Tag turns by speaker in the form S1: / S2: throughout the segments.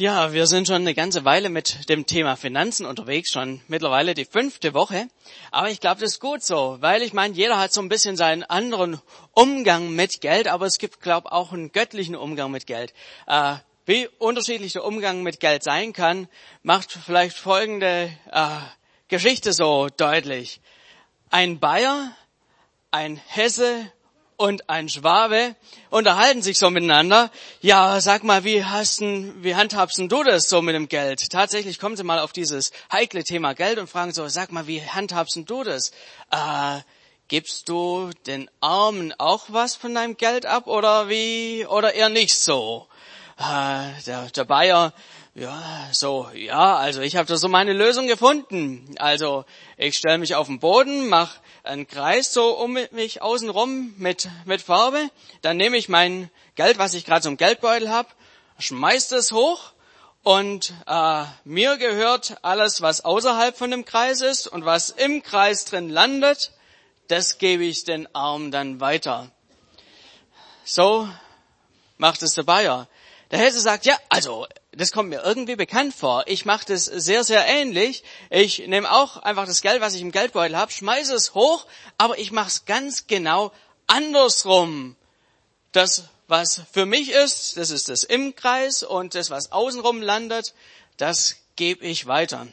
S1: Ja, wir sind schon eine ganze Weile mit dem Thema Finanzen unterwegs, schon mittlerweile die 5. Woche. Aber ich glaube, das ist gut so, weil ich meine, jeder hat so ein bisschen seinen anderen Umgang mit Geld, aber es gibt, glaube ich, auch einen göttlichen Umgang mit Geld. Wie unterschiedlich der Umgang mit Geld sein kann, macht vielleicht folgende Geschichte so deutlich. Ein Bayer, ein Hesse und ein Schwabe unterhalten sich so miteinander. Ja, sag mal, wie handhabst denn du das so mit dem Geld? Tatsächlich kommen sie mal auf dieses heikle Thema Geld und fragen so, sag mal, wie handhabst denn du das? Gibst du den Armen auch was von deinem Geld ab oder eher nicht so? Der Bayer, also ich habe da so meine Lösung gefunden. Also ich stelle mich auf den Boden, mache einen Kreis so um mich außenrum mit Farbe. Dann nehme ich mein Geld, was ich gerade so im Geldbeutel habe, schmeiß das hoch und mir gehört alles, was außerhalb von dem Kreis ist und was im Kreis drin landet, das gebe ich den Armen dann weiter. So macht es der Bayer. Der Hesse sagt, ja, also das kommt mir irgendwie bekannt vor. Ich mache das sehr, sehr ähnlich. Ich nehme auch einfach das Geld, was ich im Geldbeutel habe, schmeiße es hoch, aber ich mache es ganz genau andersrum. Das, was für mich ist, das ist das im Kreis und das, was außenrum landet, das gebe ich weiter.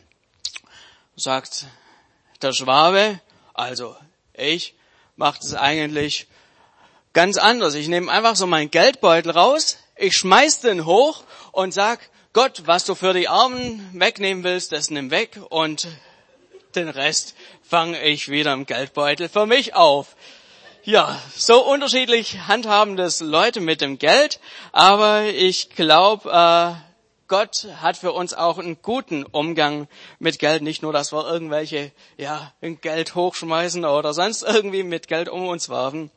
S1: Sagt der Schwabe, also ich mache das eigentlich ganz anders. Ich nehme einfach so meinen Geldbeutel raus, ich schmeiß den hoch und sag, Gott, was du für die Armen wegnehmen willst, das nimm weg und den Rest fange ich wieder im Geldbeutel für mich auf. Ja, so unterschiedlich handhaben das Leute mit dem Geld, aber ich glaube, Gott hat für uns auch einen guten Umgang mit Geld. Nicht nur, dass wir irgendwelche Geld hochschmeißen oder sonst irgendwie mit Geld um uns werfen.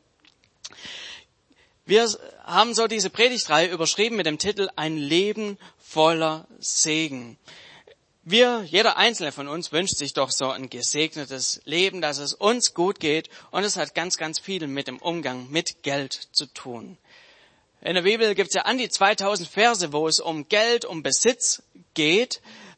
S1: Wir haben so diese Predigtreihe überschrieben mit dem Titel Ein Leben voller Segen. Jeder einzelne von uns wünscht sich doch so ein gesegnetes Leben, dass es uns gut geht, und es hat ganz, ganz viel mit dem Umgang mit Geld zu tun. In der Bibel gibt es ja an die 2000 Verse, wo es um Geld, um Besitz geht,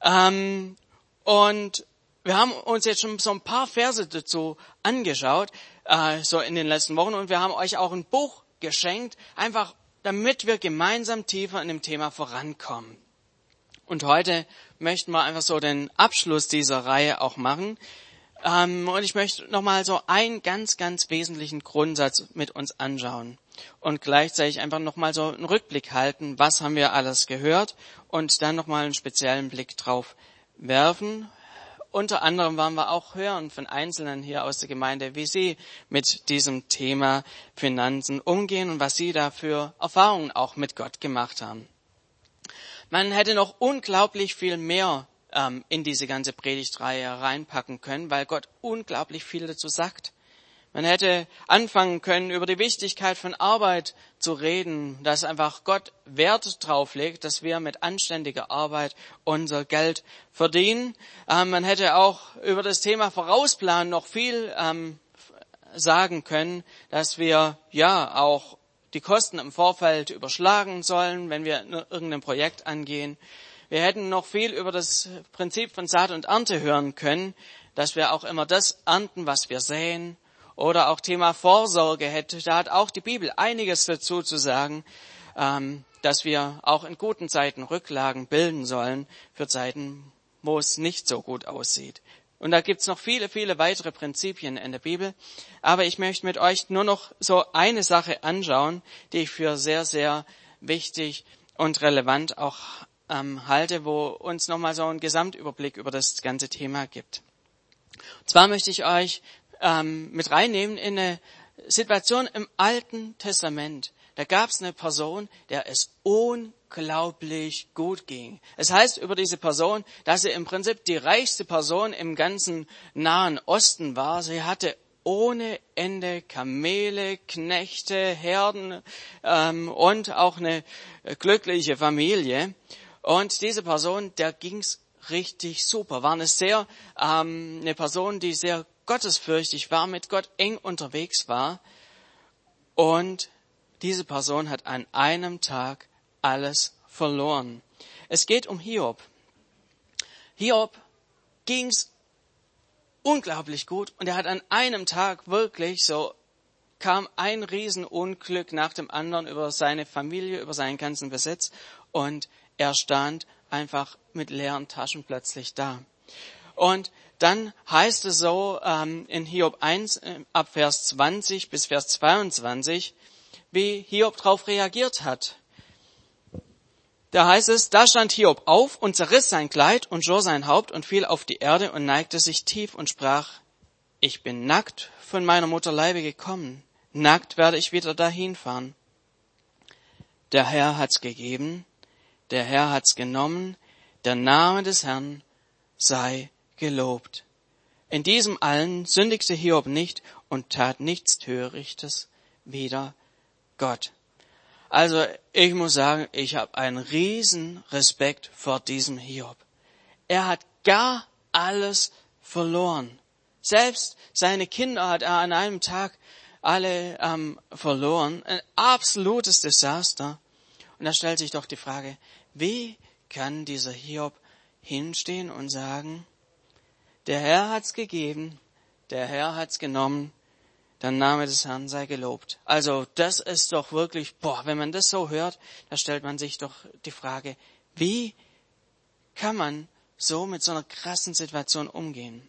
S1: und wir haben uns jetzt schon so ein paar Verse dazu angeschaut, so in den letzten Wochen, und wir haben euch auch ein Buch geschenkt, einfach damit wir gemeinsam tiefer in dem Thema vorankommen. Und heute möchten wir einfach so den Abschluss dieser Reihe auch machen. Und ich möchte nochmal so einen ganz, ganz wesentlichen Grundsatz mit uns anschauen. Und gleichzeitig einfach nochmal so einen Rückblick halten, was haben wir alles gehört, und dann nochmal einen speziellen Blick drauf werfen. Unter anderem wollen wir auch hören von Einzelnen hier aus der Gemeinde, wie sie mit diesem Thema Finanzen umgehen und was sie da für Erfahrungen auch mit Gott gemacht haben. Man hätte noch unglaublich viel mehr in diese ganze Predigtreihe reinpacken können, weil Gott unglaublich viel dazu sagt. Man hätte anfangen können, über die Wichtigkeit von Arbeit zu reden, dass einfach Gott Wert drauf legt, dass wir mit anständiger Arbeit unser Geld verdienen. Man hätte auch über das Thema Vorausplanen noch viel sagen können, dass wir auch die Kosten im Vorfeld überschlagen sollen, wenn wir irgendein Projekt angehen. Wir hätten noch viel über das Prinzip von Saat und Ernte hören können, dass wir auch immer das ernten, was wir säen. Oder auch Thema Vorsorge da hat auch die Bibel einiges dazu zu sagen, dass wir auch in guten Zeiten Rücklagen bilden sollen für Zeiten, wo es nicht so gut aussieht. Und da gibt's noch viele, viele weitere Prinzipien in der Bibel. Aber ich möchte mit euch nur noch so eine Sache anschauen, die ich für sehr, sehr wichtig und relevant auch halte, wo uns nochmal so einen Gesamtüberblick über das ganze Thema gibt. Und zwar möchte ich euch mit reinnehmen in eine Situation im Alten Testament. Da gab es eine Person, der es unglaublich gut ging. Es heißt über diese Person, dass sie im Prinzip die reichste Person im ganzen Nahen Osten war. Sie hatte ohne Ende Kamele, Knechte, Herden und auch eine glückliche Familie. Und diese Person, der ging's richtig super. War eine Person, die sehr gottesfürchtig war, mit Gott eng unterwegs war. Und diese Person hat an einem Tag alles verloren. Es geht um Hiob. Hiob ging's unglaublich gut und er hat an einem Tag wirklich kam ein Riesenunglück nach dem anderen über seine Familie, über seinen ganzen Besitz und er stand einfach mit leeren Taschen plötzlich da. Und dann heißt es in Hiob 1 ab Vers 20 bis Vers 22, wie Hiob darauf reagiert hat. Da heißt es, da stand Hiob auf und zerriss sein Kleid und schor sein Haupt und fiel auf die Erde und neigte sich tief und sprach, ich bin nackt von meiner Mutter Leibe gekommen, nackt werde ich wieder dahin fahren. Der Herr hat's gegeben, der Herr hat's genommen, der Name des Herrn sei gelobt. In diesem allen sündigte Hiob nicht und tat nichts Törichtes wider Gott. Also ich muss sagen, ich habe einen riesen Respekt vor diesem Hiob. Er hat gar alles verloren. Selbst seine Kinder hat er an einem Tag alle verloren. Ein absolutes Desaster. Und da stellt sich doch die Frage, wie kann dieser Hiob hinstehen und sagen, der Herr hat's gegeben, der Herr hat's genommen, der Name des Herrn sei gelobt. Also das ist doch wirklich, wenn man das so hört, da stellt man sich doch die Frage, wie kann man so mit so einer krassen Situation umgehen?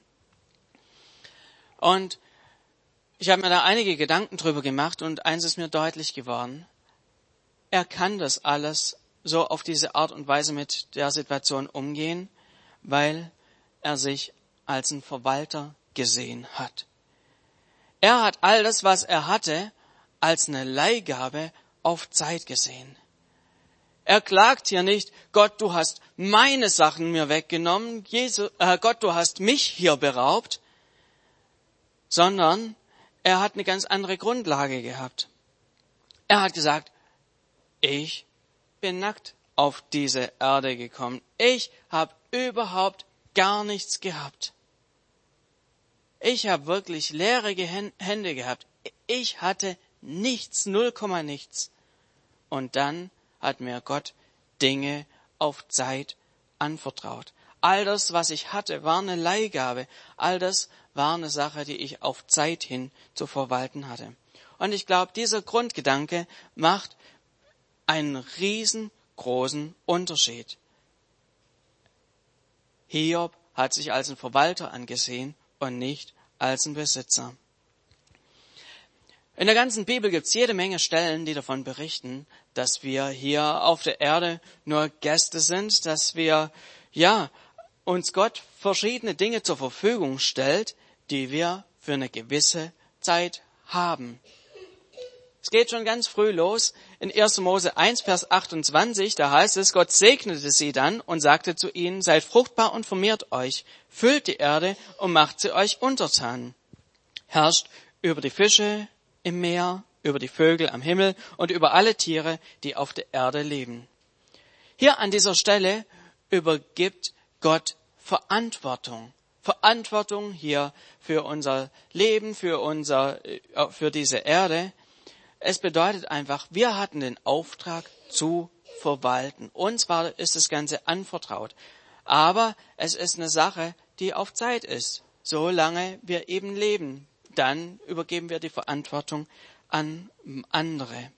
S1: Und ich habe mir da einige Gedanken drüber gemacht und eins ist mir deutlich geworden. Er kann das alles so auf diese Art und Weise mit der Situation umgehen, weil er sich als ein Verwalter gesehen hat. Er hat all das, was er hatte, als eine Leihgabe auf Zeit gesehen. Er klagt hier nicht, Gott, du hast meine Sachen mir weggenommen, Gott, du hast mich hier beraubt, sondern er hat eine ganz andere Grundlage gehabt. Er hat gesagt, ich bin nackt auf diese Erde gekommen. Ich habe überhaupt gar nichts gehabt. Ich habe wirklich leere Hände gehabt. Ich hatte nichts, 0, nichts. Und dann hat mir Gott Dinge auf Zeit anvertraut. All das, was ich hatte, war eine Leihgabe. All das war eine Sache, die ich auf Zeit hin zu verwalten hatte. Und ich glaube, dieser Grundgedanke macht einen riesengroßen Unterschied. Hiob hat sich als ein Verwalter angesehen und nicht als ein Besitzer. In der ganzen Bibel gibt es jede Menge Stellen, die davon berichten, dass wir hier auf der Erde nur Gäste sind, dass wir, uns Gott verschiedene Dinge zur Verfügung stellt, die wir für eine gewisse Zeit haben. Es geht schon ganz früh los. In 1. Mose 1, Vers 28, da heißt es, Gott segnete sie dann und sagte zu ihnen, seid fruchtbar und vermehrt euch, füllt die Erde und macht sie euch untertan. Herrscht über die Fische im Meer, über die Vögel am Himmel und über alle Tiere, die auf der Erde leben. Hier an dieser Stelle übergibt Gott Verantwortung. Verantwortung hier für unser Leben, für diese Erde. Es bedeutet einfach, wir hatten den Auftrag zu verwalten. Uns ist das Ganze anvertraut. Aber es ist eine Sache, die auf Zeit ist. Solange wir eben leben, dann übergeben wir die Verantwortung an andere.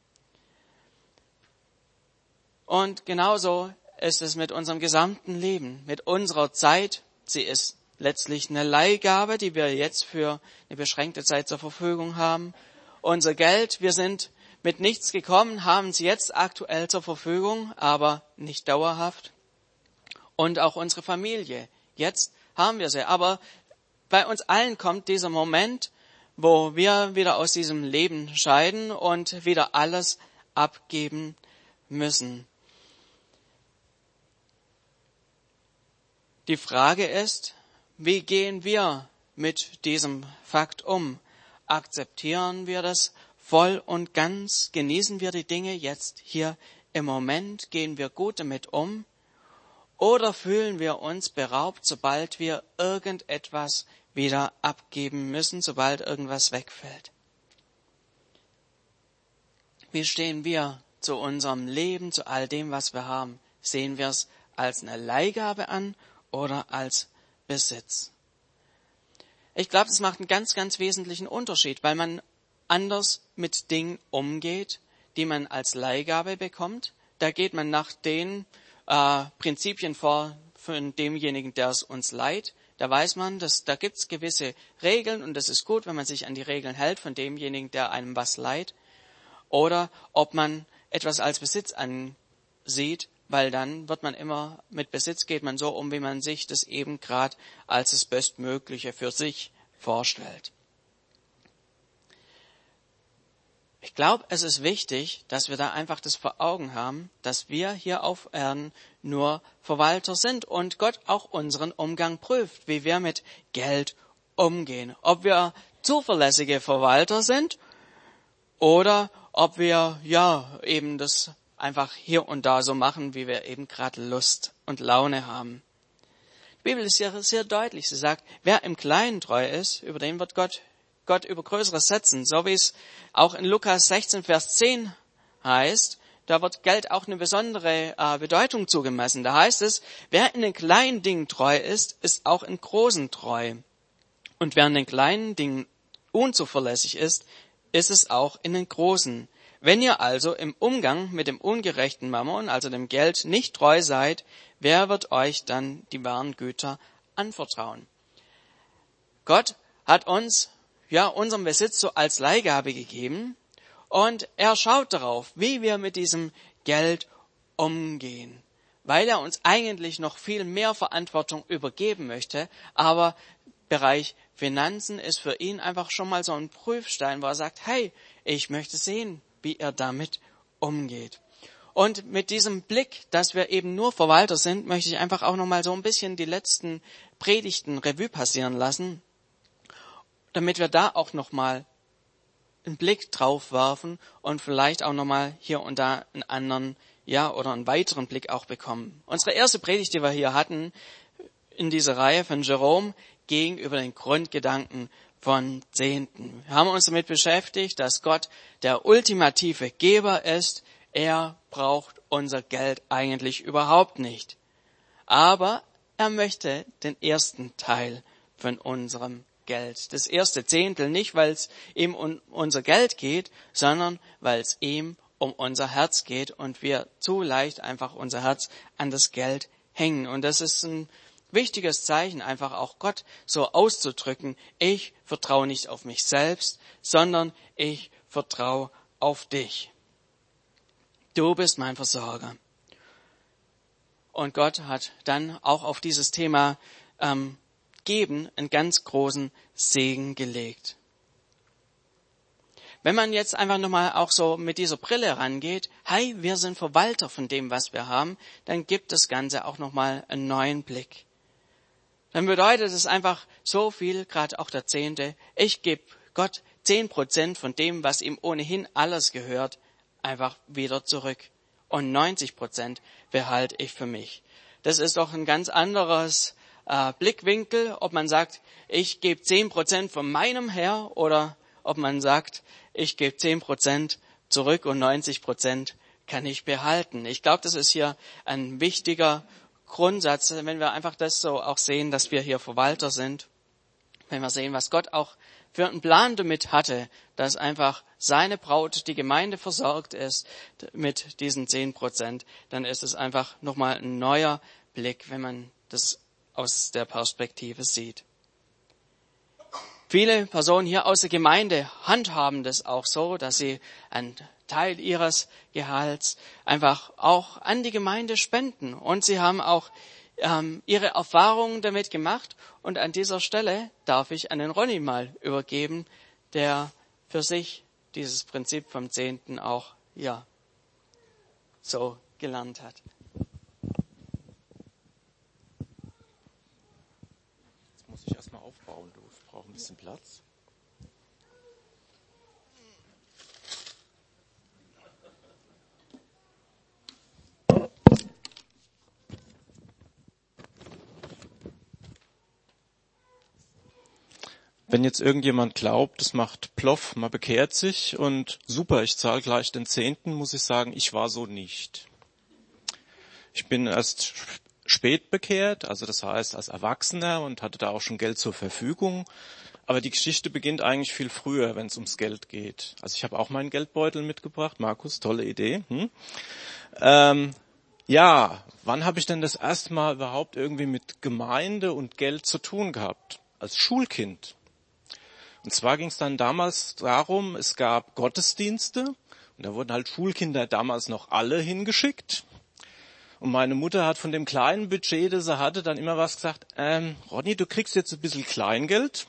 S1: Und genauso ist es mit unserem gesamten Leben, mit unserer Zeit. Sie ist letztlich eine Leihgabe, die wir jetzt für eine beschränkte Zeit zur Verfügung haben. Unser Geld, wir sind mit nichts gekommen, haben es jetzt aktuell zur Verfügung, aber nicht dauerhaft. Und auch unsere Familie, jetzt haben wir sie. Aber bei uns allen kommt dieser Moment, wo wir wieder aus diesem Leben scheiden und wieder alles abgeben müssen. Die Frage ist, wie gehen wir mit diesem Fakt um? Akzeptieren wir das voll und ganz? Genießen wir die Dinge jetzt hier im Moment? Gehen wir gut damit um? Oder fühlen wir uns beraubt, sobald wir irgendetwas wieder abgeben müssen, sobald irgendwas wegfällt? Wie stehen wir zu unserem Leben, zu all dem, was wir haben? sehen wir es als eine Leihgabe an oder als Besitz? Ich glaube, das macht einen ganz, ganz wesentlichen Unterschied, weil man anders mit Dingen umgeht, die man als Leihgabe bekommt. Da geht man nach den Prinzipien vor von demjenigen, der es uns leiht. Da weiß man, dass da gibt es gewisse Regeln und das ist gut, wenn man sich an die Regeln hält von demjenigen, der einem was leiht. Oder ob man etwas als Besitz ansieht, weil dann wird man immer, mit Besitz geht man so um, wie man sich das eben gerade als das Bestmögliche für sich vorstellt. Ich glaube, es ist wichtig, dass wir da einfach das vor Augen haben, dass wir hier auf Erden nur Verwalter sind und Gott auch unseren Umgang prüft, wie wir mit Geld umgehen. Ob wir zuverlässige Verwalter sind oder ob wir eben das einfach hier und da so machen, wie wir eben gerade Lust und Laune haben. Die Bibel ist ja sehr deutlich. Sie sagt, wer im Kleinen treu ist, über den wird Gott über Größeres setzen. So wie es auch in Lukas 16, Vers 10 heißt, da wird Geld auch eine besondere Bedeutung zugemessen. Da heißt es, wer in den kleinen Dingen treu ist, ist auch in großen treu. Und wer in den kleinen Dingen unzuverlässig ist, ist es auch in den großen. Wenn ihr also im Umgang mit dem ungerechten Mammon, also dem Geld, nicht treu seid, wer wird euch dann die wahren Güter anvertrauen? Gott hat uns unseren Besitz so als Leihgabe gegeben und er schaut darauf, wie wir mit diesem Geld umgehen, weil er uns eigentlich noch viel mehr Verantwortung übergeben möchte, aber Bereich Finanzen ist für ihn einfach schon mal so ein Prüfstein, wo er sagt, hey, ich möchte sehen, wie er damit umgeht. Und mit diesem Blick, dass wir eben nur Verwalter sind, möchte ich einfach auch noch mal so ein bisschen die letzten Predigten Revue passieren lassen, damit wir da auch noch mal einen Blick drauf werfen und vielleicht auch noch mal hier und da einen anderen, oder einen weiteren Blick auch bekommen. Unsere erste Predigt, die wir hier hatten, in dieser Reihe von Jerome, ging über den Grundgedanken von Zehnten. Wir haben uns damit beschäftigt, dass Gott der ultimative Geber ist. Er braucht unser Geld eigentlich überhaupt nicht. Aber er möchte den ersten Teil von unserem Geld. Das erste Zehntel nicht, weil es ihm um unser Geld geht, sondern weil es ihm um unser Herz geht und wir zu leicht einfach unser Herz an das Geld hängen. Und das ist ein wichtiges Zeichen, einfach auch Gott so auszudrücken, ich vertraue nicht auf mich selbst, sondern ich vertraue auf dich. Du bist mein Versorger. Und Gott hat dann auch auf dieses Thema Geben einen ganz großen Segen gelegt. Wenn man jetzt einfach nochmal auch so mit dieser Brille rangeht, hey, wir sind Verwalter von dem, was wir haben, dann gibt das Ganze auch nochmal einen neuen Blick. Dann bedeutet es einfach so viel, gerade auch der Zehnte, ich gebe Gott 10% von dem, was ihm ohnehin alles gehört, einfach wieder zurück. Und 90% behalte ich für mich. Das ist doch ein ganz anderes Blickwinkel, ob man sagt, ich gebe 10% von meinem her oder ob man sagt, ich gebe 10% zurück und 90% kann ich behalten. Ich glaube, das ist hier ein wichtiger Grundsatz, wenn wir einfach das so auch sehen, dass wir hier Verwalter sind, wenn wir sehen, was Gott auch für einen Plan damit hatte, dass einfach seine Braut, die Gemeinde, versorgt ist mit diesen 10%, dann ist es einfach nochmal ein neuer Blick, wenn man das aus der Perspektive sieht. Viele Personen hier aus der Gemeinde handhaben das auch so, dass sie einen Teil ihres Gehalts einfach auch an die Gemeinde spenden. Und sie haben auch ihre Erfahrungen damit gemacht. Und an dieser Stelle darf ich an den Ronny mal übergeben, der für sich dieses Prinzip vom Zehnten auch so gelernt hat.
S2: Jetzt muss ich erstmal aufbauen, du. Ich brauche ein bisschen Platz. Wenn jetzt irgendjemand glaubt, das macht Ploff, man bekehrt sich und super, ich zahle gleich den Zehnten, muss ich sagen, ich war so nicht. Ich bin erst spät bekehrt, also das heißt als Erwachsener, und hatte da auch schon Geld zur Verfügung. Aber die Geschichte beginnt eigentlich viel früher, wenn es ums Geld geht. Also ich habe auch meinen Geldbeutel mitgebracht. Markus, tolle Idee. Ja, wann habe ich denn das erste Mal überhaupt irgendwie mit Gemeinde und Geld zu tun gehabt? Als Schulkind. Und zwar ging es dann damals darum, es gab Gottesdienste und da wurden halt Schulkinder damals noch alle hingeschickt. Und meine Mutter hat von dem kleinen Budget, das er hatte, dann immer was gesagt, Ronny, du kriegst jetzt ein bisschen Kleingeld.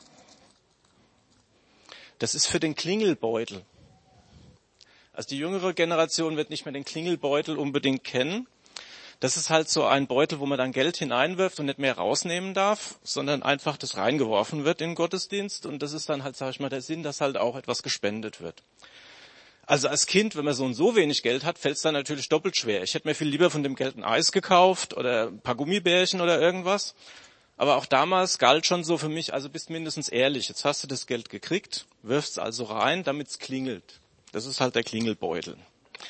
S2: Das ist für den Klingelbeutel. Also die jüngere Generation wird nicht mehr den Klingelbeutel unbedingt kennen. Das ist halt so ein Beutel, wo man dann Geld hineinwirft und nicht mehr rausnehmen darf, sondern einfach das reingeworfen wird in den Gottesdienst. Und das ist dann halt, sage ich mal, der Sinn, dass halt auch etwas gespendet wird. Also als Kind, wenn man so und so wenig Geld hat, fällt es dann natürlich doppelt schwer. Ich hätte mir viel lieber von dem Geld ein Eis gekauft oder ein paar Gummibärchen oder irgendwas. Aber auch damals galt schon so für mich, also bist mindestens ehrlich. Jetzt hast du das Geld gekriegt, wirfst es also rein, damit es klingelt. Das ist halt der Klingelbeutel.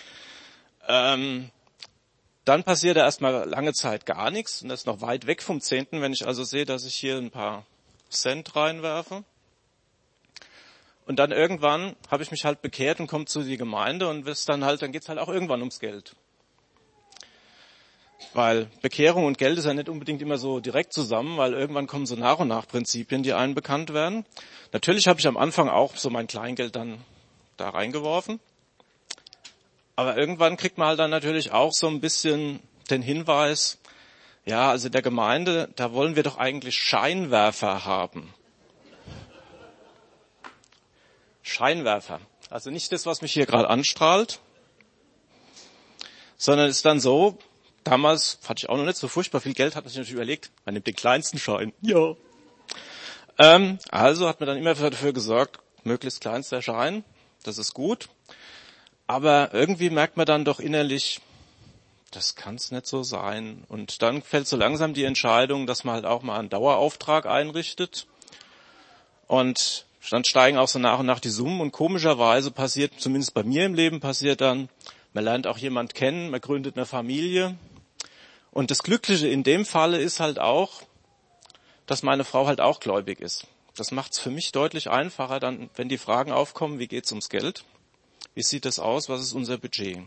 S2: Dann passiert erstmal lange Zeit gar nichts und das ist noch weit weg vom Zehnten, wenn ich also sehe, dass ich hier ein paar Cent reinwerfe. Und dann irgendwann habe ich mich halt bekehrt und komme zu die Gemeinde und dann geht's halt auch irgendwann ums Geld. Weil Bekehrung und Geld ist ja nicht unbedingt immer so direkt zusammen, weil irgendwann kommen so nach und nach Prinzipien, die einem bekannt werden. Natürlich habe ich am Anfang auch so mein Kleingeld dann da reingeworfen. Aber irgendwann kriegt man halt dann natürlich auch so ein bisschen den Hinweis, ja, also der Gemeinde, da wollen wir doch eigentlich Scheinwerfer haben. Scheinwerfer. Also nicht das, was mich hier gerade anstrahlt, sondern es ist dann so, damals hatte ich auch noch nicht so furchtbar viel Geld, hat man sich natürlich überlegt, man nimmt den kleinsten Schein. Ja. Also hat man dann immer dafür gesorgt, möglichst kleinster Schein, das ist gut. Aber irgendwie merkt man dann doch innerlich, das kann es nicht so sein. Und dann fällt so langsam die Entscheidung, dass man halt auch mal einen Dauerauftrag einrichtet. Und dann steigen auch so nach und nach die Summen. Und komischerweise passiert, zumindest bei mir im Leben passiert dann, man lernt auch jemand kennen, man gründet eine Familie. Und das Glückliche in dem Falle ist halt auch, dass meine Frau halt auch gläubig ist. Das macht es für mich deutlich einfacher, dann, wenn die Fragen aufkommen, wie geht's ums Geld? Wie sieht das aus? Was ist unser Budget?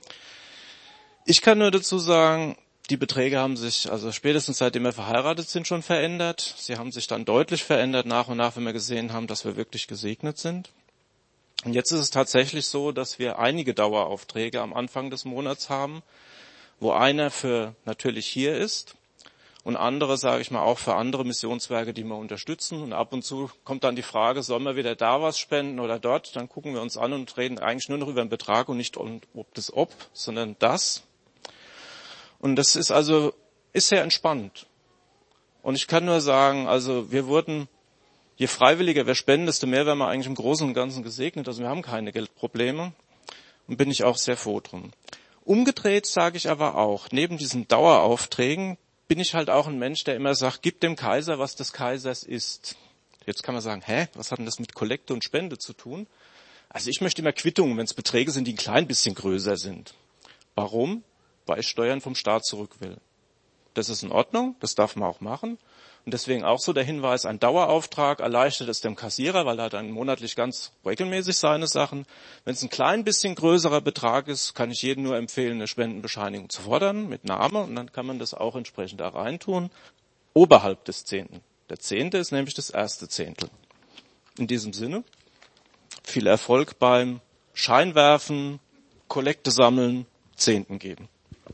S2: Ich kann nur dazu sagen, die Beträge haben sich, also spätestens seitdem wir verheiratet sind, schon verändert. Sie haben sich dann deutlich verändert nach und nach, wenn wir gesehen haben, dass wir wirklich gesegnet sind. Und jetzt ist es tatsächlich so, dass wir einige Daueraufträge am Anfang des Monats haben, wo einer für natürlich hier ist und andere, sage ich mal, auch für andere Missionswerke, die wir unterstützen. Und ab und zu kommt dann die Frage, sollen wir wieder da was spenden oder dort? Dann gucken wir uns an und reden eigentlich nur noch über den Betrag und nicht um das Ob, sondern das. Und das ist sehr entspannt. Und ich kann nur sagen, also je freiwilliger wir spenden, desto mehr werden wir eigentlich im Großen und Ganzen gesegnet. Also wir haben keine Geldprobleme und bin ich auch sehr froh drum. Umgedreht sage ich aber auch, neben diesen Daueraufträgen bin ich halt auch ein Mensch, der immer sagt, gib dem Kaiser, was des Kaisers ist. Jetzt kann man sagen, was hat denn das mit Kollekte und Spende zu tun? Also ich möchte immer Quittungen, wenn es Beträge sind, die ein klein bisschen größer sind. Warum? Weil ich Steuern vom Staat zurück will. Das ist in Ordnung, das darf man auch machen. Und deswegen auch so der Hinweis, ein Dauerauftrag erleichtert es dem Kassierer, weil er dann monatlich ganz regelmäßig seine Sachen. Wenn es ein klein bisschen größerer Betrag ist, kann ich jedem nur empfehlen, eine Spendenbescheinigung zu fordern mit Name und dann kann man das auch entsprechend da reintun, oberhalb des Zehnten. Der Zehnte ist nämlich das erste Zehntel. In diesem Sinne, viel Erfolg beim Scheinwerfen, Kollekte sammeln, Zehnten geben.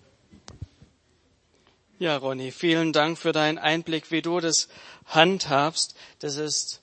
S1: Ja, Ronny, vielen Dank für deinen Einblick, wie du das handhabst. Das ist,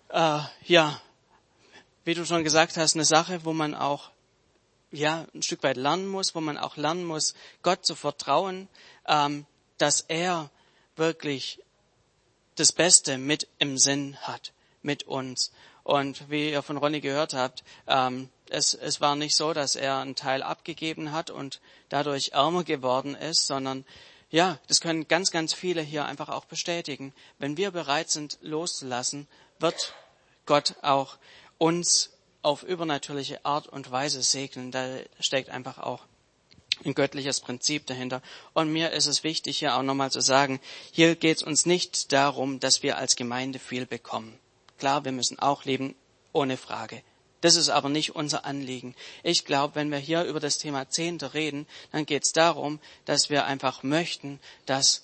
S1: wie du schon gesagt hast, eine Sache, wo man auch, ein Stück weit lernen muss, wo man auch lernen muss, Gott zu vertrauen, dass er wirklich das Beste mit im Sinn hat, mit uns. Und wie ihr von Ronny gehört habt, es war nicht so, dass er einen Teil abgegeben hat und dadurch ärmer geworden ist, sondern das können ganz, ganz viele hier einfach auch bestätigen. Wenn wir bereit sind, loszulassen, wird Gott auch uns auf übernatürliche Art und Weise segnen. Da steckt einfach auch ein göttliches Prinzip dahinter. Und mir ist es wichtig, hier auch nochmal zu sagen, hier geht es uns nicht darum, dass wir als Gemeinde viel bekommen. Klar, wir müssen auch leben, ohne Frage. Das ist aber nicht unser Anliegen. Ich glaube, wenn wir hier über das Thema Zehnte reden, dann geht es darum, dass wir einfach möchten, dass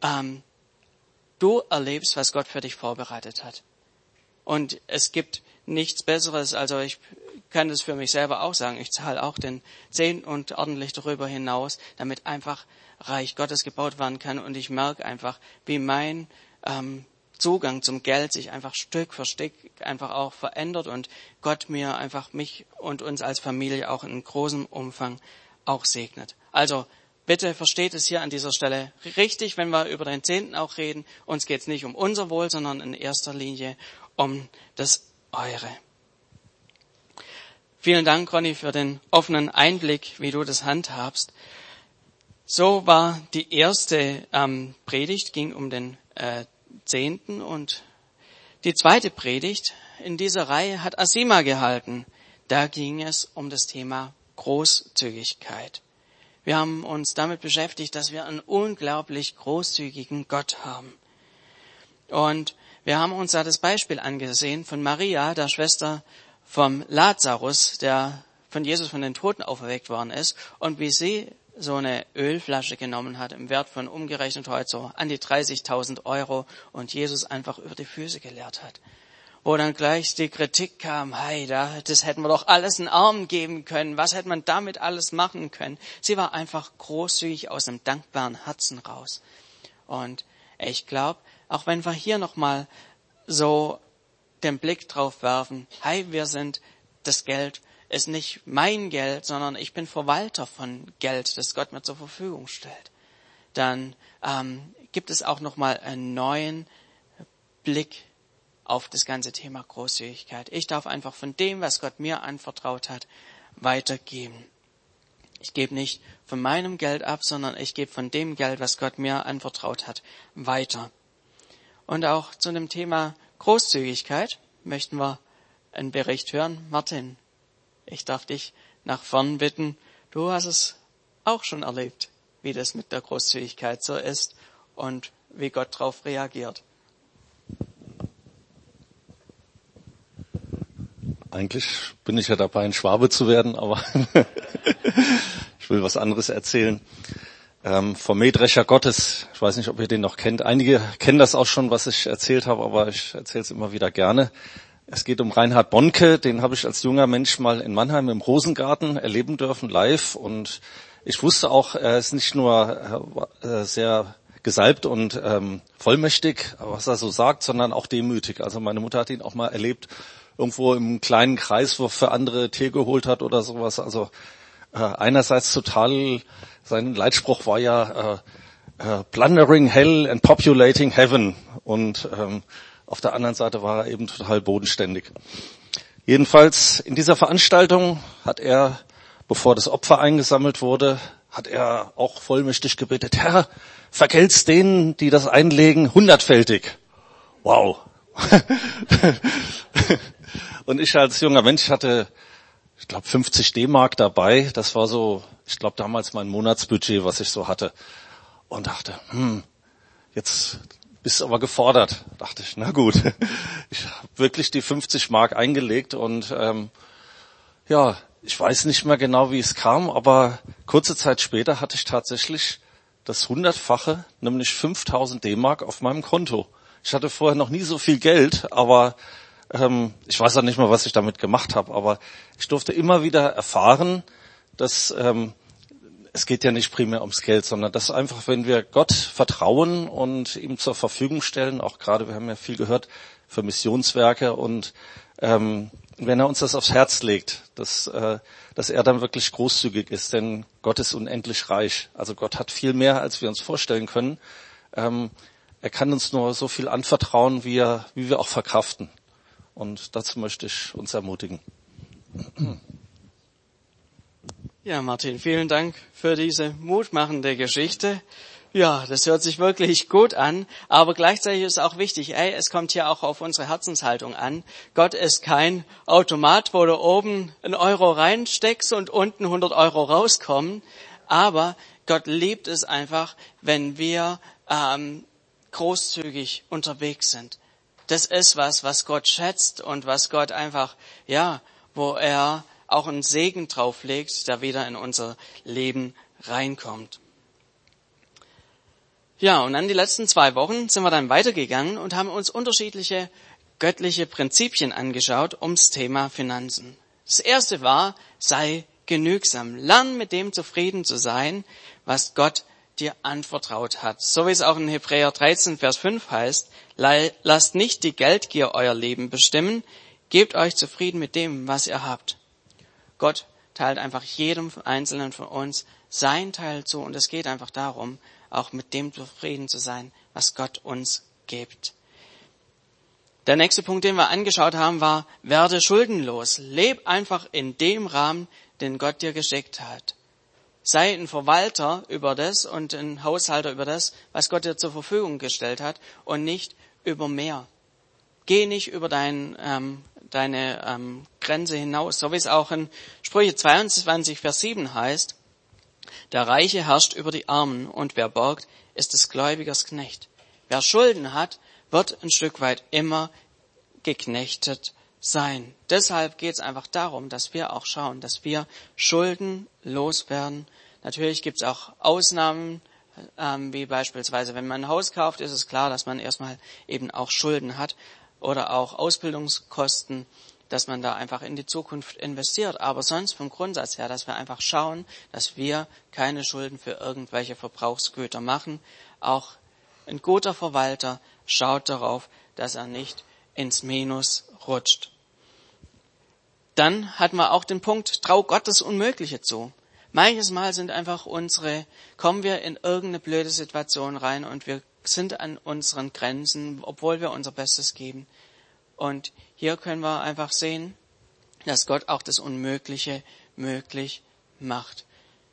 S1: du erlebst, was Gott für dich vorbereitet hat. Und es gibt nichts Besseres, also ich kann das für mich selber auch sagen, ich zahle auch den Zehnten und ordentlich darüber hinaus, damit einfach Reich Gottes gebaut werden kann. Und ich merke einfach, wie mein Zugang zum Geld sich einfach Stück für Stück einfach auch verändert und Gott mir einfach mich und uns als Familie auch in großem Umfang auch segnet. Also bitte versteht es hier an dieser Stelle richtig, wenn wir über den Zehnten auch reden. Uns geht es nicht um unser Wohl, sondern in erster Linie um das Eure. Vielen Dank, Ronny, für den offenen Einblick, wie du das handhabst. So war die erste Predigt, ging um den Zehnten, und die zweite Predigt in dieser Reihe hat Asima gehalten. Da ging es um das Thema Großzügigkeit. Wir haben uns damit beschäftigt, dass wir einen unglaublich großzügigen Gott haben. Und wir haben uns da das Beispiel angesehen von Maria, der Schwester vom Lazarus, der von Jesus von den Toten auferweckt worden ist, und wie sie so eine Ölflasche genommen hat, im Wert von umgerechnet heute so an die 30.000 Euro, und Jesus einfach über die Füße geleert hat. Wo dann gleich die Kritik kam, hey, das hätten wir doch alles in Armen geben können, was hätte man damit alles machen können? Sie war einfach großzügig aus einem dankbaren Herzen raus. Und ich glaube, auch wenn wir hier nochmal so den Blick drauf werfen, hey, das Geld ist nicht mein Geld, sondern ich bin Verwalter von Geld, das Gott mir zur Verfügung stellt, dann gibt es auch nochmal einen neuen Blick auf das ganze Thema Großzügigkeit. Ich darf einfach von dem, was Gott mir anvertraut hat, weitergeben. Ich gebe nicht von meinem Geld ab, sondern ich gebe von dem Geld, was Gott mir anvertraut hat, weiter. Und auch zu dem Thema Großzügigkeit möchten wir einen Bericht hören. Martin, ich darf dich nach vorn bitten. Du hast es auch schon erlebt, wie das mit der Großzügigkeit so ist und wie Gott darauf reagiert.
S3: Eigentlich bin ich ja dabei, ein Schwabe zu werden, aber ich will was anderes erzählen. Vom Mähdrescher Gottes, ich weiß nicht, ob ihr den noch kennt. Einige kennen das auch schon, was ich erzählt habe, aber ich erzähle es immer wieder gerne. Es geht um Reinhard Bonke, den habe ich als junger Mensch mal in Mannheim im Rosengarten erleben dürfen, live. Und ich wusste auch, er ist nicht nur sehr gesalbt und vollmächtig, was er so sagt, sondern auch demütig. Also meine Mutter hat ihn auch mal erlebt, irgendwo im kleinen Kreis, wo für andere Tee geholt hat oder sowas. Also einerseits total, sein Leitspruch war ja plundering hell and populating heaven. Und auf der anderen Seite war er eben total bodenständig. Jedenfalls in dieser Veranstaltung hat er, bevor das Opfer eingesammelt wurde, hat er auch vollmächtig gebetet, Herr, vergelt's denen, die das einlegen, 100-fältig. Wow. Und ich als junger Mensch hatte, ich glaube, 50 D-Mark dabei. Das war so, ich glaube, damals mein Monatsbudget, was ich so hatte. Und dachte, jetzt bist du aber gefordert. Dachte ich, na gut. Ich habe wirklich die 50 Mark eingelegt und ich weiß nicht mehr genau, wie es kam, aber kurze Zeit später hatte ich tatsächlich das 100-fache, nämlich 5.000 D-Mark auf meinem Konto. Ich hatte vorher noch nie so viel Geld, aber ich weiß auch nicht mehr, was ich damit gemacht habe, aber ich durfte immer wieder erfahren, dass es geht ja nicht primär ums Geld, sondern dass einfach, wenn wir Gott vertrauen und ihm zur Verfügung stellen, auch gerade, wir haben ja viel gehört, für Missionswerke und wenn er uns das aufs Herz legt, dass er dann wirklich großzügig ist, denn Gott ist unendlich reich. Also Gott hat viel mehr, als wir uns vorstellen können. Er kann uns nur so viel anvertrauen, wie wir auch verkraften. Und dazu möchte ich uns ermutigen.
S1: Ja, Martin, vielen Dank für diese mutmachende Geschichte. Ja, das hört sich wirklich gut an, aber gleichzeitig ist auch wichtig, es kommt hier auch auf unsere Herzenshaltung an. Gott ist kein Automat, wo du oben 1 Euro reinsteckst und unten 100 Euro rauskommen. Aber Gott liebt es einfach, wenn wir großzügig unterwegs sind. Das ist was Gott schätzt und was Gott einfach, wo er auch einen Segen drauflegt, der wieder in unser Leben reinkommt. Ja, und dann die letzten 2 Wochen sind wir dann weitergegangen und haben uns unterschiedliche göttliche Prinzipien angeschaut ums Thema Finanzen. Das erste war, sei genügsam. Lern mit dem zufrieden zu sein, was Gott dir anvertraut hat. So wie es auch in Hebräer 13, Vers 5 heißt, lasst nicht die Geldgier euer Leben bestimmen, gebt euch zufrieden mit dem, was ihr habt. Gott teilt einfach jedem Einzelnen von uns sein Teil zu und es geht einfach darum, auch mit dem zufrieden zu sein, was Gott uns gibt. Der nächste Punkt, den wir angeschaut haben, war, werde schuldenlos. Leb einfach in dem Rahmen, den Gott dir geschickt hat. Sei ein Verwalter über das und ein Haushalter über das, was Gott dir zur Verfügung gestellt hat und nicht über mehr. Geh nicht über deine Grenze hinaus, so wie es auch in Sprüche 22, Vers 7 heißt. Der Reiche herrscht über die Armen und wer borgt, ist des Gläubigers Knecht. Wer Schulden hat, wird ein Stück weit immer geknechtet sein. Deshalb geht es einfach darum, dass wir auch schauen, dass wir Schulden loswerden. Natürlich gibt es auch Ausnahmen, wie beispielsweise, wenn man ein Haus kauft, ist es klar, dass man erstmal eben auch Schulden hat oder auch Ausbildungskosten, dass man da einfach in die Zukunft investiert. Aber sonst vom Grundsatz her, dass wir einfach schauen, dass wir keine Schulden für irgendwelche Verbrauchsgüter machen. Auch ein guter Verwalter schaut darauf, dass er nicht ins Minus rutscht. Dann hatten wir auch den Punkt, trau Gott das Unmögliche zu. Manches Mal kommen wir in irgendeine blöde Situation rein und wir sind an unseren Grenzen, obwohl wir unser Bestes geben. Und hier können wir einfach sehen, dass Gott auch das Unmögliche möglich macht.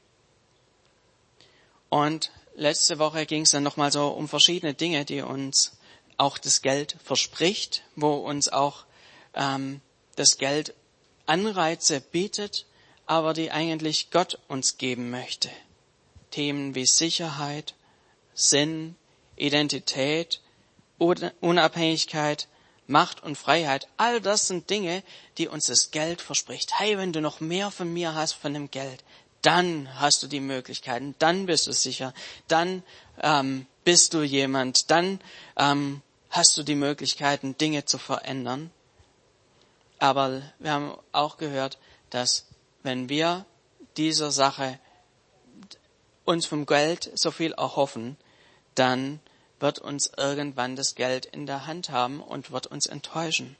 S1: Und letzte Woche ging es dann nochmal so um verschiedene Dinge, die uns auch das Geld verspricht, wo uns auch das Geld Anreize bietet, aber die eigentlich Gott uns geben möchte. Themen wie Sicherheit, Sinn, Identität, Unabhängigkeit, Macht und Freiheit, all das sind Dinge, die uns das Geld verspricht. Hey, wenn du noch mehr von mir hast, von dem Geld, dann hast du die Möglichkeiten, dann bist du sicher, dann bist du jemand, dann hast du die Möglichkeiten, Dinge zu verändern. Aber wir haben auch gehört, dass wenn wir dieser Sache uns vom Geld so viel erhoffen, dann wird uns irgendwann das Geld in der Hand haben und wird uns enttäuschen.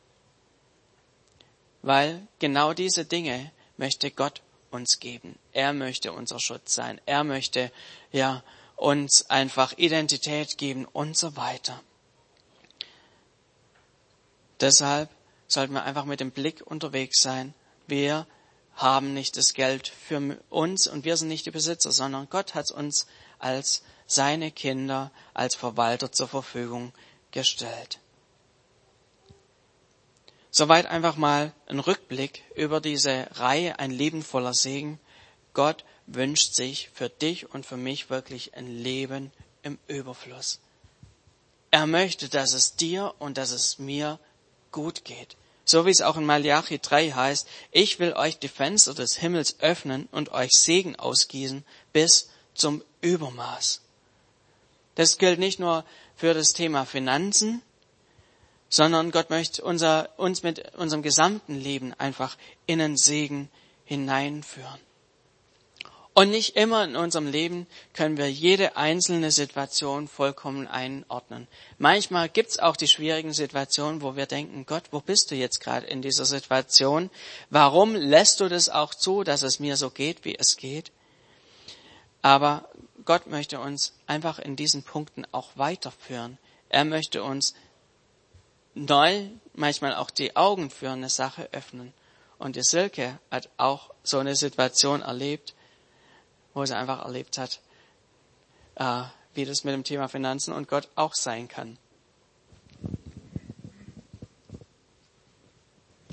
S1: Weil genau diese Dinge möchte Gott uns geben. Er möchte unser Schutz sein. Er möchte uns einfach Identität geben und so weiter. Deshalb sollten wir einfach mit dem Blick unterwegs sein. Wir haben nicht das Geld für uns und wir sind nicht die Besitzer, sondern Gott hat uns als seine Kinder, als Verwalter zur Verfügung gestellt. Soweit einfach mal ein Rückblick über diese Reihe, ein Leben voller Segen. Gott wünscht sich für dich und für mich wirklich ein Leben im Überfluss. Er möchte, dass es dir und dass es mir gut geht. So wie es auch in Malachi 3 heißt, ich will euch die Fenster des Himmels öffnen und euch Segen ausgießen bis zum Übermaß. Das gilt nicht nur für das Thema Finanzen, sondern Gott möchte uns mit unserem gesamten Leben einfach in den Segen hineinführen. Und nicht immer in unserem Leben können wir jede einzelne Situation vollkommen einordnen. Manchmal gibt's auch die schwierigen Situationen, wo wir denken, Gott, wo bist du jetzt gerade in dieser Situation? Warum lässt du das auch zu, dass es mir so geht, wie es geht? Aber Gott möchte uns einfach in diesen Punkten auch weiterführen. Er möchte uns neu, manchmal auch die Augen für eine Sache öffnen. Und die Silke hat auch so eine Situation erlebt, wo sie einfach erlebt hat, wie das mit dem Thema Finanzen und Gott auch sein kann.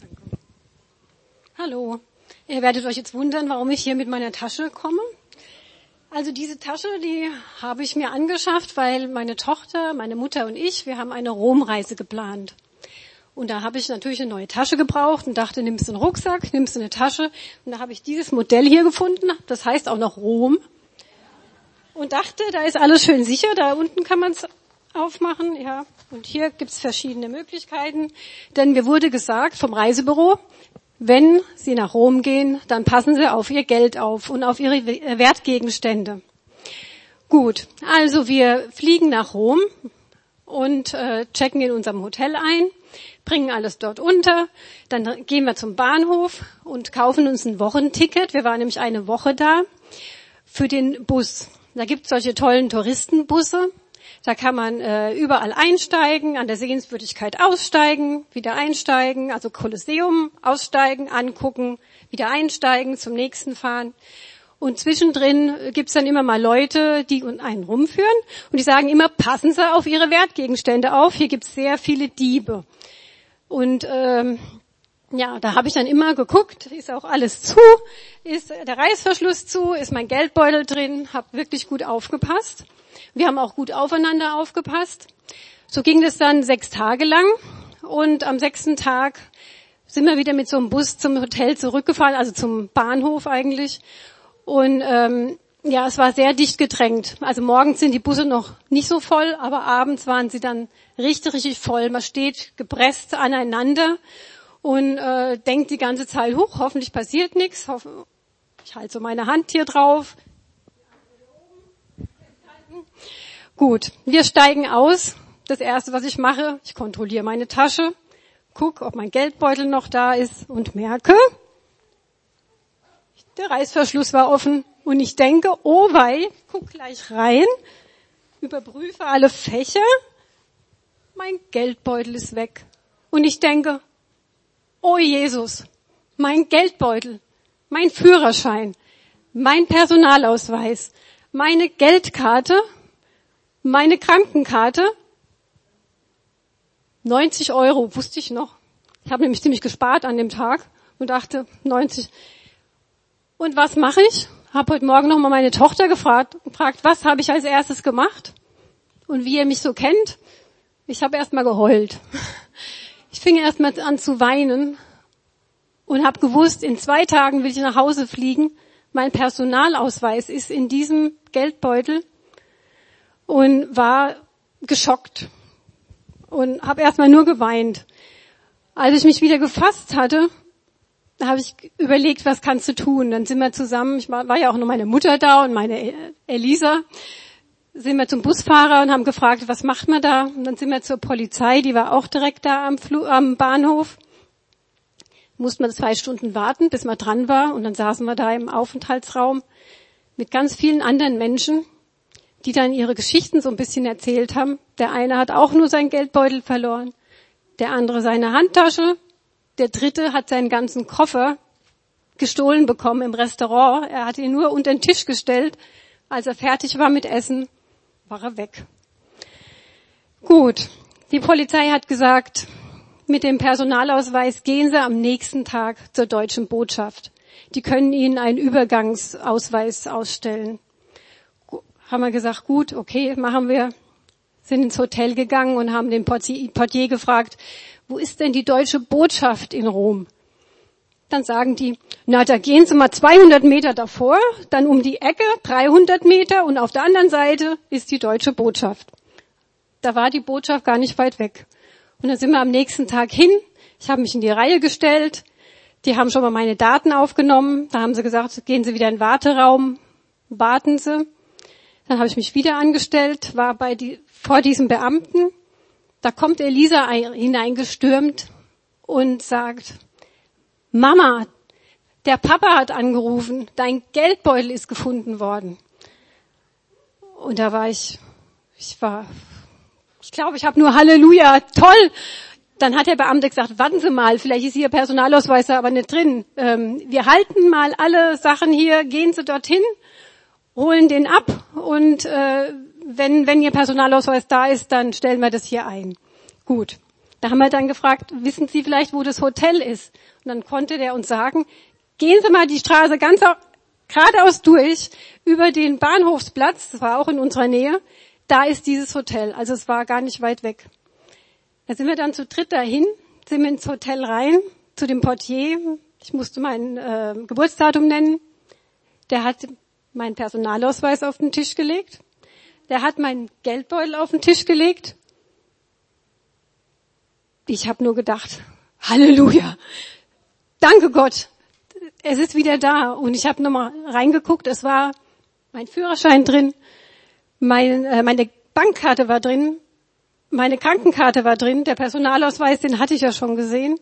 S4: Hallo, ihr werdet euch jetzt wundern, warum ich hier mit meiner Tasche komme. Also diese Tasche, die habe ich mir angeschafft, weil meine Tochter, meine Mutter und ich, wir haben eine Romreise geplant. Und da habe ich natürlich eine neue Tasche gebraucht und dachte, nimmst du einen Rucksack, nimmst du eine Tasche. Und da habe ich dieses Modell hier gefunden, das heißt auch noch Rom. Und dachte, da ist alles schön sicher, da unten kann man es aufmachen, ja. Und hier gibt's verschiedene Möglichkeiten. Denn mir wurde gesagt vom Reisebüro, wenn Sie nach Rom gehen, dann passen Sie auf Ihr Geld auf und auf Ihre Wertgegenstände. Gut, also wir fliegen nach Rom und checken in unserem Hotel ein, bringen alles dort unter. Dann gehen wir zum Bahnhof und kaufen uns ein Wochenticket. Wir waren nämlich eine Woche da für den Bus. Da gibt's solche tollen Touristenbusse. Da kann man überall einsteigen, an der Sehenswürdigkeit aussteigen, wieder einsteigen, also Kolosseum aussteigen, angucken, wieder einsteigen, zum nächsten fahren. Und zwischendrin gibt's dann immer mal Leute, die einen rumführen und die sagen immer, passen Sie auf Ihre Wertgegenstände auf, hier gibt's sehr viele Diebe. Und ja, da habe ich dann immer geguckt, ist auch alles zu, ist der Reißverschluss zu, ist mein Geldbeutel drin, habe wirklich gut aufgepasst. Wir haben auch gut aufeinander aufgepasst. So ging das dann 6 Tage lang und am 6. Tag sind wir wieder mit so einem Bus zum Hotel zurückgefahren, also zum Bahnhof eigentlich. Und ja, es war sehr dicht gedrängt. Also morgens sind die Busse noch nicht so voll, aber abends waren sie dann richtig voll. Man steht gepresst aneinander und denkt die ganze Zeit, hoffentlich passiert nichts. Ich halte so meine Hand hier drauf. Gut, wir steigen aus. Das Erste, was ich mache, ich kontrolliere meine Tasche, gucke, ob mein Geldbeutel noch da ist und merke, der Reißverschluss war offen. Und ich denke, oh wei, guck gleich rein, überprüfe alle Fächer, mein Geldbeutel ist weg. Und ich denke, oh Jesus, mein Geldbeutel, mein Führerschein, mein Personalausweis, meine Geldkarte, meine Krankenkarte, 90 €, wusste ich noch. Ich habe nämlich ziemlich gespart an dem Tag und dachte, 90. Und was mache ich? Habe heute Morgen nochmal meine Tochter gefragt, was habe ich als erstes gemacht? Und wie ihr mich so kennt, ich habe erst mal geheult. Ich fing erst mal an zu weinen und habe gewusst, in 2 Tagen will ich nach Hause fliegen. Mein Personalausweis ist in diesem Geldbeutel. Und war geschockt und habe erstmal nur geweint. Als ich mich wieder gefasst hatte, da habe ich überlegt, was kannst du tun? Dann sind wir zusammen, war ja auch noch meine Mutter da und meine Elisa, sind wir zum Busfahrer und haben gefragt, was macht man da? Und dann sind wir zur Polizei, die war auch direkt da am Bahnhof. Mussten wir 2 Stunden warten, bis man dran war. Und dann saßen wir da im Aufenthaltsraum mit ganz vielen anderen Menschen, die dann ihre Geschichten so ein bisschen erzählt haben. Der eine hat auch nur seinen Geldbeutel verloren, der andere seine Handtasche, der dritte hat seinen ganzen Koffer gestohlen bekommen im Restaurant. Er hat ihn nur unter den Tisch gestellt. Als er fertig war mit Essen, war er weg. Gut, die Polizei hat gesagt, mit dem Personalausweis gehen Sie am nächsten Tag zur deutschen Botschaft. Die können Ihnen einen Übergangsausweis ausstellen. Haben wir gesagt, gut, okay, machen wir. Sind ins Hotel gegangen und haben den Portier gefragt, wo ist denn die deutsche Botschaft in Rom? Dann sagen die, na, da gehen Sie mal 200 Meter davor, dann um die Ecke 300 Meter und auf der anderen Seite ist die deutsche Botschaft. Da war die Botschaft gar nicht weit weg. Und dann sind wir am nächsten Tag hin. Ich habe mich in die Reihe gestellt. Die haben schon mal meine Daten aufgenommen. Da haben sie gesagt, gehen Sie wieder in den Warteraum, warten Sie. Dann habe ich mich wieder angestellt, war vor diesem Beamten. Da kommt Elisa hineingestürmt und sagt, Mama, der Papa hat angerufen, dein Geldbeutel ist gefunden worden. Und da war ich glaube, ich habe nur Halleluja, toll. Dann hat der Beamte gesagt, warten Sie mal, vielleicht ist Ihr Personalausweis aber nicht drin. Wir halten mal alle Sachen hier, gehen Sie dorthin, holen den ab und wenn Ihr Personalausweis da ist, dann stellen wir das hier ein. Gut. Da haben wir dann gefragt, wissen Sie vielleicht, wo das Hotel ist? Und dann konnte der uns sagen, gehen Sie mal die Straße ganz geradeaus durch, über den Bahnhofsplatz, das war auch in unserer Nähe, da ist dieses Hotel. Also es war gar nicht weit weg. Da sind wir dann zu dritt dahin, sind wir ins Hotel rein, zu dem Portier. Ich musste mein Geburtsdatum nennen. Der hat meinen Personalausweis auf den Tisch gelegt. Der hat meinen Geldbeutel auf den Tisch gelegt. Ich habe nur gedacht, Halleluja, danke Gott, es ist wieder da. Und ich habe nochmal reingeguckt, es war mein Führerschein drin, meine Bankkarte war drin, meine Krankenkarte war drin, der Personalausweis, den hatte ich ja schon gesehen.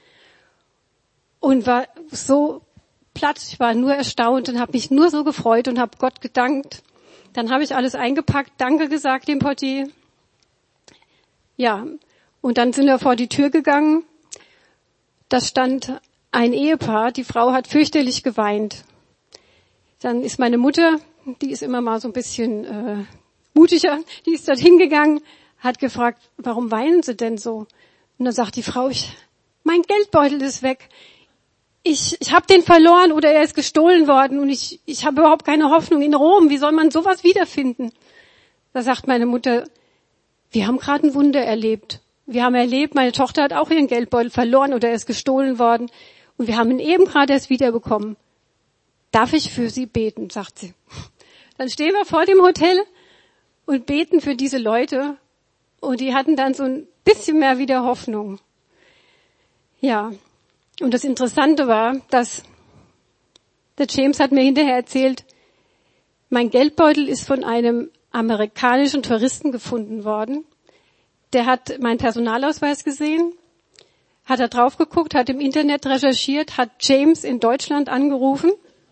S4: Und war so platt, ich war nur erstaunt und habe mich nur so gefreut und habe Gott gedankt. Dann habe ich alles eingepackt, Danke gesagt dem Portier. Ja, und dann sind wir vor die Tür gegangen. Da stand ein Ehepaar, die Frau hat fürchterlich geweint. Dann ist meine Mutter, die ist immer mal so ein bisschen mutiger, die ist dort hingegangen, hat gefragt, warum weinen Sie denn so? Und dann sagt die Frau, mein Geldbeutel ist weg. Ich habe den verloren oder er ist gestohlen worden und ich habe überhaupt keine Hoffnung in Rom. Wie soll man sowas wiederfinden? Da sagt meine Mutter, wir haben gerade ein Wunder erlebt. Wir haben erlebt, meine Tochter hat auch ihren Geldbeutel verloren oder er ist gestohlen worden und wir haben ihn eben gerade erst wiederbekommen. Darf ich für Sie beten, sagt sie. Dann stehen wir vor dem Hotel und beten für diese Leute und die hatten dann so ein bisschen mehr wieder Hoffnung. Ja. Und das Interessante war, dass der James hat mir hinterher erzählt, mein Geldbeutel ist von einem amerikanischen Touristen gefunden worden. Der hat meinen Personalausweis gesehen, hat da drauf geguckt, hat im Internet recherchiert, hat James in Deutschland angerufen.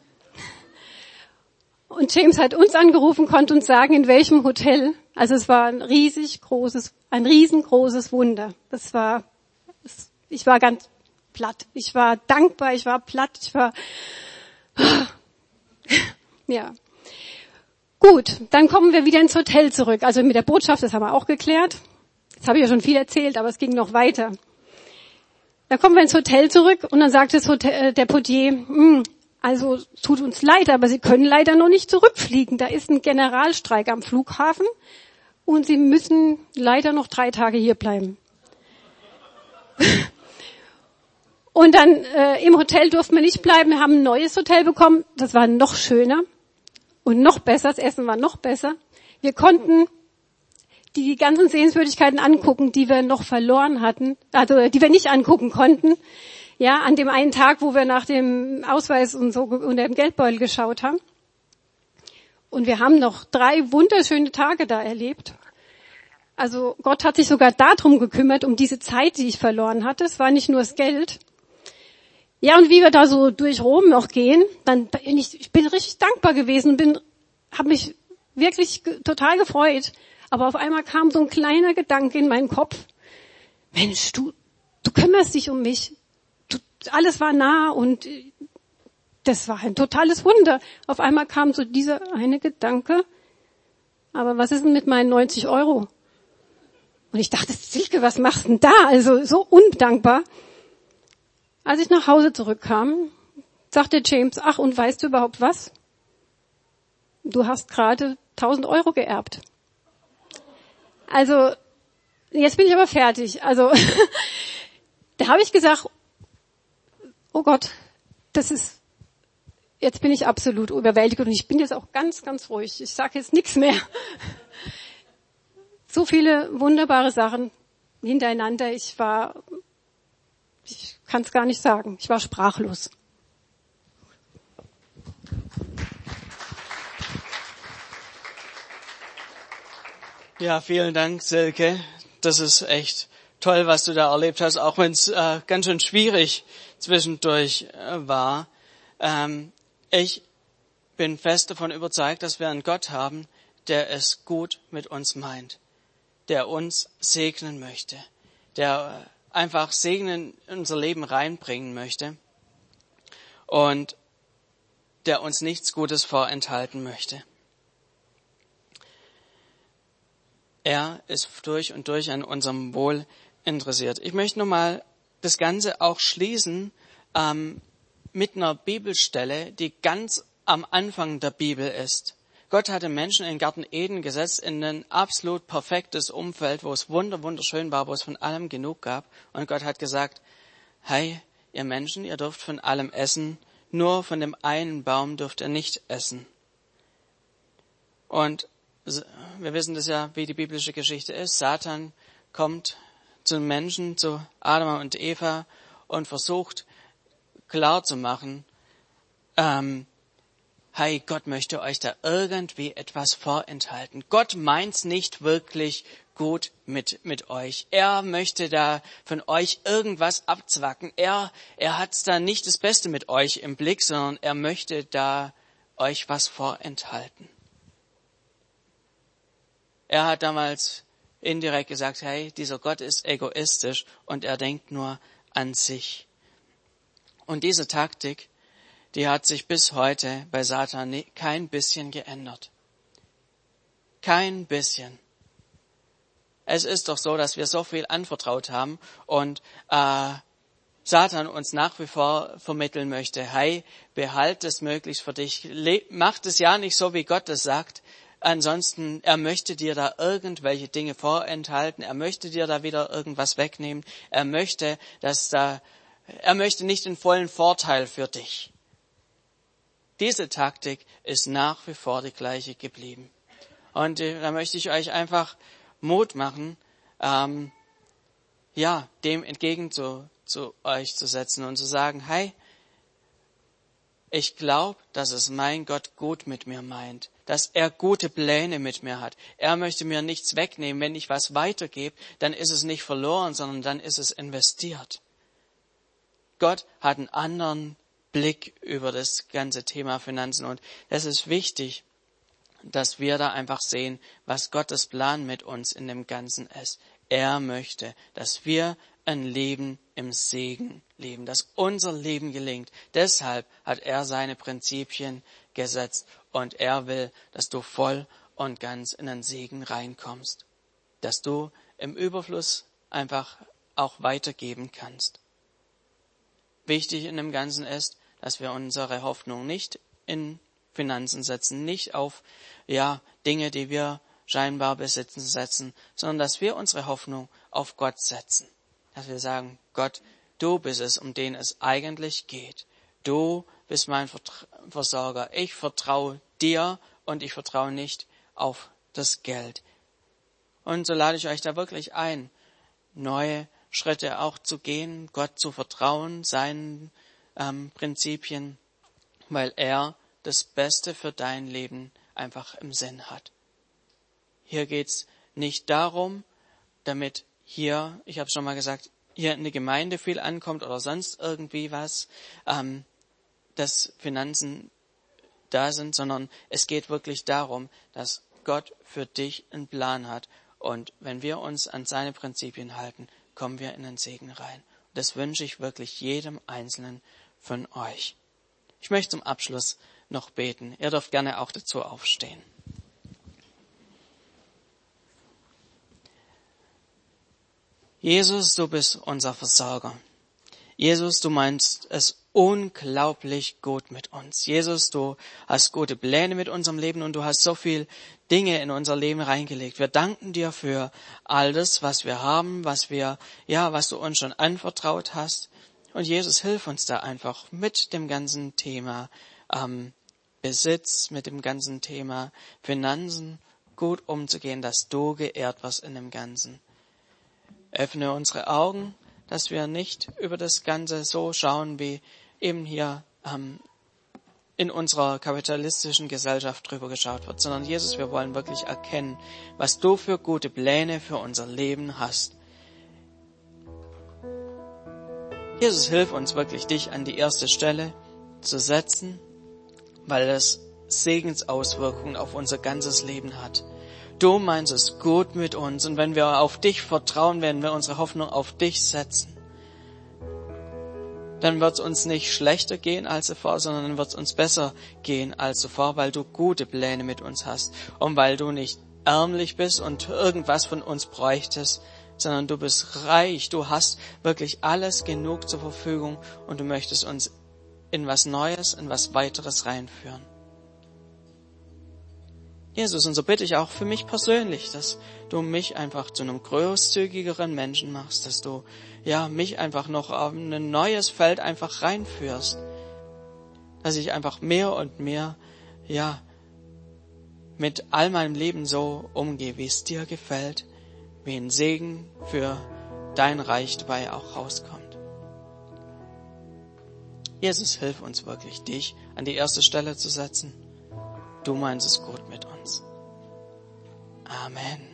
S4: Und James hat uns angerufen, konnte uns sagen, in welchem Hotel. Also es war ein riesengroßes Wunder. Ich war ganz platt. Ich war dankbar, ich war platt, ja. Gut, dann kommen wir wieder ins Hotel zurück. Also mit der Botschaft, das haben wir auch geklärt. Jetzt habe ich ja schon viel erzählt, aber es ging noch weiter. Dann kommen wir ins Hotel zurück und dann sagt der Portier, also tut uns leid, aber Sie können leider noch nicht zurückfliegen. Da ist ein Generalstreik am Flughafen und Sie müssen leider noch 3 Tage hier bleiben. Und dann im Hotel durften wir nicht bleiben. Wir haben ein neues Hotel bekommen. Das war noch schöner und noch besser. Das Essen war noch besser. Wir konnten die ganzen Sehenswürdigkeiten angucken, die wir noch verloren hatten, also die wir nicht angucken konnten. Ja, an dem einen Tag, wo wir nach dem Ausweis und so unter dem Geldbeutel geschaut haben. Und wir haben noch 3 wunderschöne Tage da erlebt. Also Gott hat sich sogar darum gekümmert, um diese Zeit, die ich verloren hatte. Es war nicht nur das Geld. Ja, und wie wir da so durch Rom noch gehen, dann ich bin richtig dankbar gewesen und habe mich wirklich total gefreut. Aber auf einmal kam so ein kleiner Gedanke in meinen Kopf. Mensch, du kümmerst dich um mich. Alles war nah und das war ein totales Wunder. Auf einmal kam so dieser eine Gedanke. Aber was ist denn mit meinen 90 €? Und ich dachte, Silke, was machst du denn da? Also so undankbar. Als ich nach Hause zurückkam, sagte James, ach, und weißt du überhaupt was? Du hast gerade 1.000 € geerbt. Also, jetzt bin ich aber fertig. Also, da habe ich gesagt, oh Gott, jetzt bin ich absolut überwältigt und ich bin jetzt auch ganz, ganz ruhig. Ich sage jetzt nichts mehr. So viele wunderbare Sachen hintereinander. Ich kann es gar nicht sagen. Ich war sprachlos.
S1: Ja, vielen Dank, Silke. Das ist echt toll, was du da erlebt hast, auch wenn es ganz schön schwierig zwischendurch war. Ich bin fest davon überzeugt, dass wir einen Gott haben, der es gut mit uns meint, der uns segnen möchte, der einfach Segen in unser Leben reinbringen möchte und der uns nichts Gutes vorenthalten möchte. Er ist durch und durch an unserem Wohl interessiert. Ich möchte nochmal das Ganze auch schließen mit einer Bibelstelle, die ganz am Anfang der Bibel ist. Gott hatte Menschen in den Garten Eden gesetzt, in ein absolut perfektes Umfeld, wo es wunderschön war, wo es von allem genug gab. Und Gott hat gesagt, hey, ihr Menschen, ihr dürft von allem essen, nur von dem einen Baum dürft ihr nicht essen. Und wir wissen das ja, wie die biblische Geschichte ist. Satan kommt zu den Menschen, zu Adam und Eva und versucht klarzumachen, hey, Gott möchte euch da irgendwie etwas vorenthalten. Gott meint's nicht wirklich gut mit euch. Er möchte da von euch irgendwas abzwacken. Er hat's da nicht das Beste mit euch im Blick, sondern er möchte da euch was vorenthalten. Er hat damals indirekt gesagt, hey, dieser Gott ist egoistisch und er denkt nur an sich. Und diese Taktik, die hat sich bis heute bei Satan kein bisschen geändert. Kein bisschen. Es ist doch so, dass wir so viel anvertraut haben und Satan uns nach wie vor vermitteln möchte, hey, behalt es möglichst für dich, mach es ja nicht so, wie Gott es sagt. Ansonsten, er möchte dir da irgendwelche Dinge vorenthalten, er möchte dir da wieder irgendwas wegnehmen, er möchte nicht den vollen Vorteil für dich. Diese Taktik ist nach wie vor die gleiche geblieben. Und da möchte ich euch einfach Mut machen, dem entgegen zu euch zu setzen und zu sagen, hey, ich glaube, dass es mein Gott gut mit mir meint, dass er gute Pläne mit mir hat. Er möchte mir nichts wegnehmen. Wenn ich was weitergebe, dann ist es nicht verloren, sondern dann ist es investiert. Gott hat einen anderen Blick über das ganze Thema Finanzen und es ist wichtig, dass wir da einfach sehen, was Gottes Plan mit uns in dem Ganzen ist. Er möchte, dass wir ein Leben im Segen leben, dass unser Leben gelingt. Deshalb hat er seine Prinzipien gesetzt und er will, dass du voll und ganz in den Segen reinkommst, dass du im Überfluss einfach auch weitergeben kannst. Wichtig in dem Ganzen ist, dass wir unsere Hoffnung nicht in Finanzen setzen, nicht auf Dinge, die wir scheinbar besitzen, setzen, sondern dass wir unsere Hoffnung auf Gott setzen. Dass wir sagen, Gott, du bist es, um den es eigentlich geht. Du bist mein Versorger. Ich vertraue dir und ich vertraue nicht auf das Geld. Und so lade ich euch da wirklich ein, neue Schritte auch zu gehen, Gott zu vertrauen, seinen Prinzipien, weil er das Beste für dein Leben einfach im Sinn hat. Hier geht's nicht darum, damit hier, ich habe schon mal gesagt, hier in der Gemeinde viel ankommt oder sonst irgendwie was, dass Finanzen da sind, sondern es geht wirklich darum, dass Gott für dich einen Plan hat. Und wenn wir uns an seine Prinzipien halten, kommen wir in den Segen rein. Das wünsche ich wirklich jedem Einzelnen von euch. Ich möchte zum Abschluss noch beten. Ihr dürft gerne auch dazu aufstehen. Jesus, du bist unser Versorger. Jesus, du meinst es unglaublich gut mit uns. Jesus, du hast gute Pläne mit unserem Leben und du hast so viel Dinge in unser Leben reingelegt. Wir danken dir für all das, was wir haben, was du uns schon anvertraut hast. Und Jesus, hilf uns da einfach mit dem ganzen Thema Besitz, mit dem ganzen Thema Finanzen gut umzugehen, dass du geehrt wirst in dem Ganzen. Öffne unsere Augen, dass wir nicht über das Ganze so schauen, wie eben hier in unserer kapitalistischen Gesellschaft drüber geschaut wird, sondern Jesus, wir wollen wirklich erkennen, was du für gute Pläne für unser Leben hast. Jesus, hilf uns wirklich, dich an die erste Stelle zu setzen, weil das Segensauswirkungen auf unser ganzes Leben hat. Du meinst es gut mit uns und wenn wir auf dich vertrauen, wenn wir unsere Hoffnung auf dich setzen, dann wird es uns nicht schlechter gehen als zuvor, sondern dann wird es uns besser gehen als zuvor, weil du gute Pläne mit uns hast und weil du nicht ärmlich bist und irgendwas von uns bräuchtest, sondern du bist reich, du hast wirklich alles genug zur Verfügung und du möchtest uns in was Neues, in was weiteres reinführen. Jesus, und so bitte ich auch für mich persönlich, dass du mich einfach zu einem großzügigeren Menschen machst, dass du, mich einfach noch auf ein neues Feld einfach reinführst, dass ich einfach mehr und mehr, mit all meinem Leben so umgehe, wie es dir gefällt, wie ein Segen für dein Reich dabei auch rauskommt. Jesus, hilf uns wirklich, dich an die erste Stelle zu setzen. Du meinst es gut mit uns. Amen.